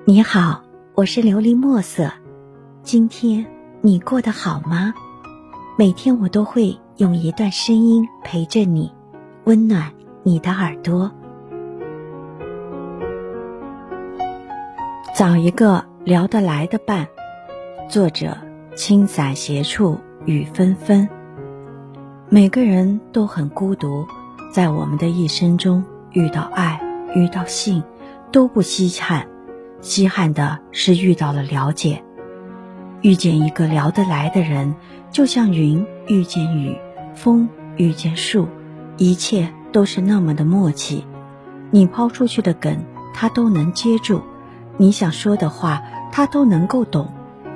你好，我是琉璃墨色。今天你过得好吗？每天我都会用一段声音陪着你，温暖你的耳朵。找一个聊得来的伴。作者：青伞斜处雨纷纷。每个人都很孤独，在我们的一生中，遇到爱，遇到性，都不稀罕。稀罕的是遇到了了解。遇见一个聊得来的人，就像云遇见雨，风遇见树，一切都是那么的默契。你抛出去的梗，他都能接住；你想说的话，他都能够懂。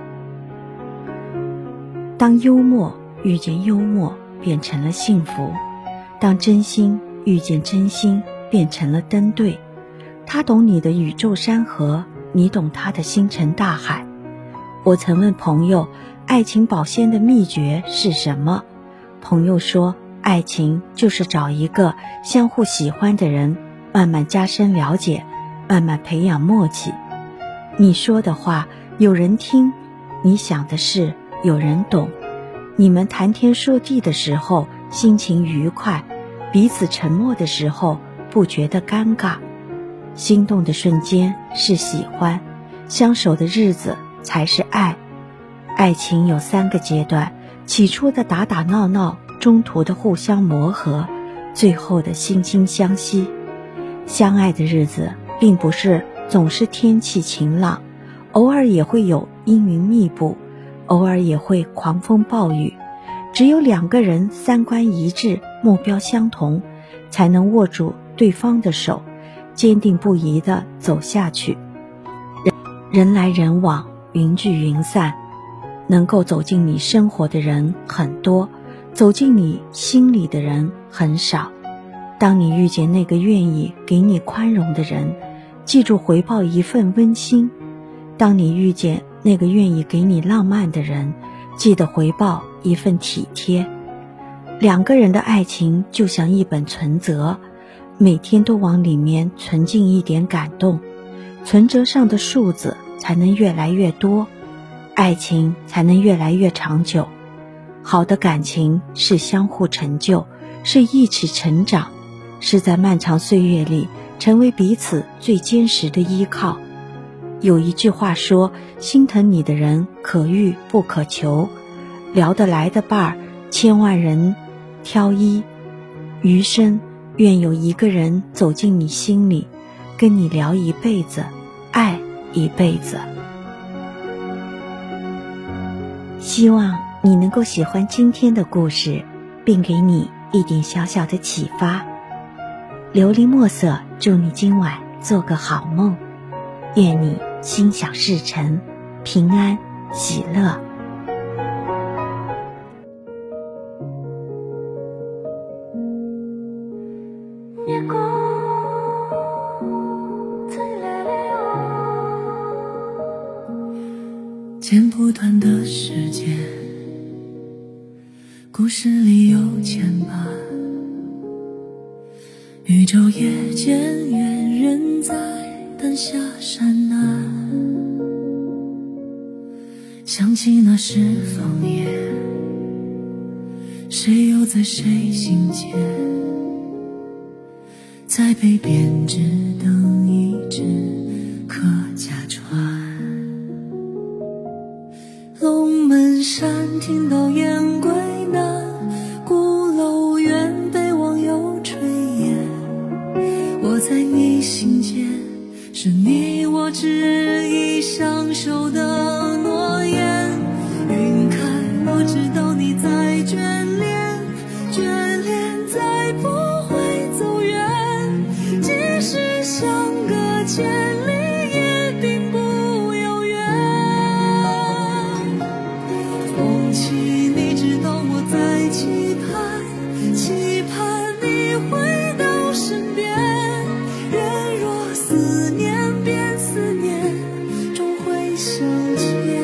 当幽默遇见幽默，变成了幸福；当真心遇见真心，变成了登对。他懂你的宇宙山河，你懂他的星辰大海。我曾问朋友，爱情保鲜的秘诀是什么？朋友说，爱情就是找一个相互喜欢的人，慢慢加深了解，慢慢培养默契。你说的话有人听，你想的事有人懂。你们谈天说地的时候心情愉快，彼此沉默的时候不觉得尴尬。心动的瞬间是喜欢，相守的日子才是爱。爱情有3个阶段，起初的打打闹闹，中途的互相磨合，最后的惺惺相惜。相爱的日子并不是总是天气晴朗，偶尔也会有阴云密布，偶尔也会狂风暴雨。只有2个人三观一致，目标相同，才能握住对方的手，坚定不移地走下去。人来人往，云聚云散，能够走进你生活的人很多，走进你心里的人很少。当你遇见那个愿意给你宽容的人，记住回报一份温馨；当你遇见那个愿意给你浪漫的人，记得回报一份体贴。2个人的爱情就像一本存折，每天都往里面存进一点感动，存折上的数字才能越来越多，爱情才能越来越长久。好的感情是相互成就，是一起成长，是在漫长岁月里成为彼此最坚实的依靠。有一句话说，心疼你的人可遇不可求，聊得来的伴儿千万人挑一。余生愿有一个人走进你心里，跟你聊一辈子，爱一辈子。希望你能够喜欢今天的故事，并给你一点小小的启发。琉璃墨色祝你今晚做个好梦，愿你心想事成，平安喜乐。 剪不断的时间，故事里有牵绊，宇宙也渐远，人在灯下山南。想起那时方言，谁又在谁心间，在北边只等一只客家船。龙门山听到雁归南，鼓楼远北望有炊烟。我在你心间，是你我执意相守的诺言。云开，我知道你在眷恋，眷恋再不会走远，即使相隔千里也并不遥远。风起，你知道我在期盼，期盼你回到身边。人若思念变思念，终会相见。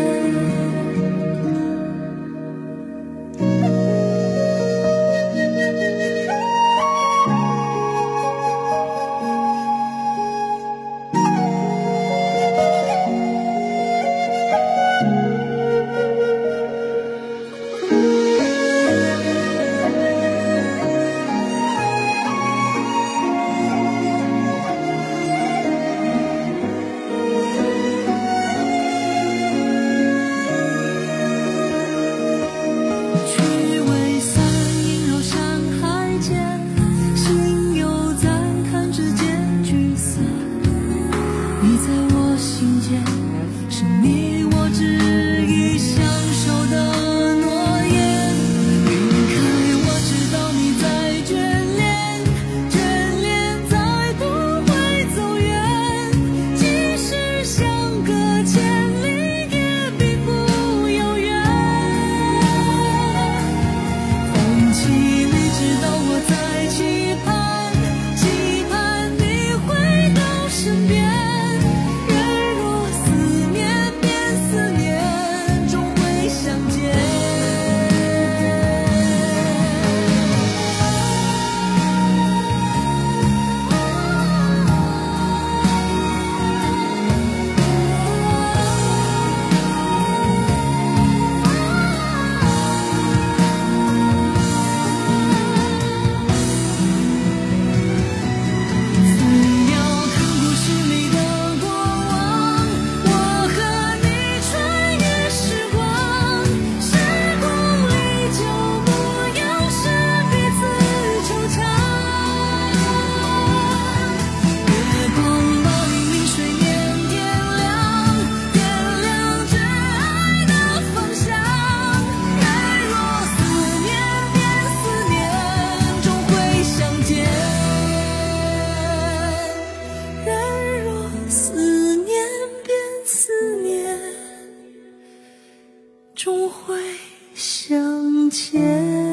终会相见。